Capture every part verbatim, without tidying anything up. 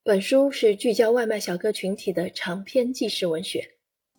本书是聚焦外卖小哥群体的长篇纪实文学。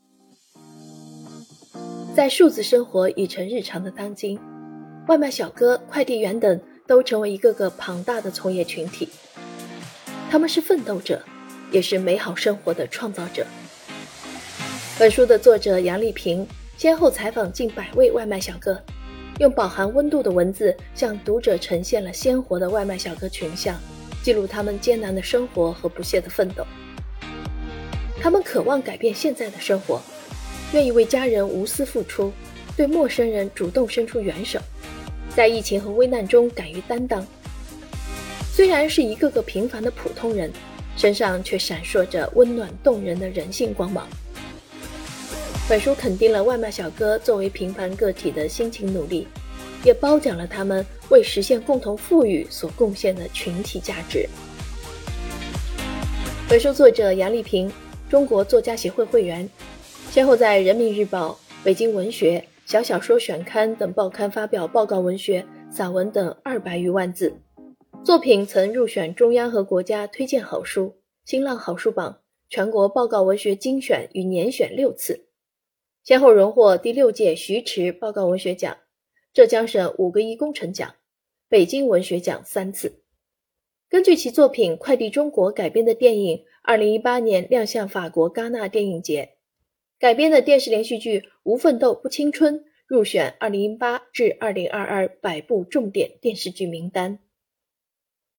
在数字生活已成日常的当今，外卖小哥、快递员等都成为一个个庞大的从业群体。他们是奋斗者，也是美好生活的创造者。本书的作者杨丽萍先后采访近百位外卖小哥，用饱含温度的文字向读者呈现了鲜活的外卖小哥群像，记录他们艰难的生活和不懈的奋斗。他们渴望改变现在的生活，愿意为家人无私付出，对陌生人主动伸出援手，在疫情和危难中敢于担当。虽然是一个个平凡的普通人，身上却闪烁着温暖动人的人性光芒。本书肯定了外卖小哥作为平凡个体的辛勤努力，也褒奖了他们为实现共同富裕所贡献的群体价值。本书作者杨丽萍，中国作家协会会员，先后在人民日报、北京文学、小小说选刊等报刊发表报告文学、散文等二百余万字，作品曾入选中央和国家推荐好书、新浪好书榜、全国报告文学精选与年选六次，先后荣获第六届徐迟报告文学奖、浙江省五个一工程奖、北京文学奖三次。根据其作品《快递中国》改编的电影二零一八年亮相法国戛纳电影节，改编的电视连续剧《无奋斗不青春》入选二零一八至二零二二百部重点电视剧名单。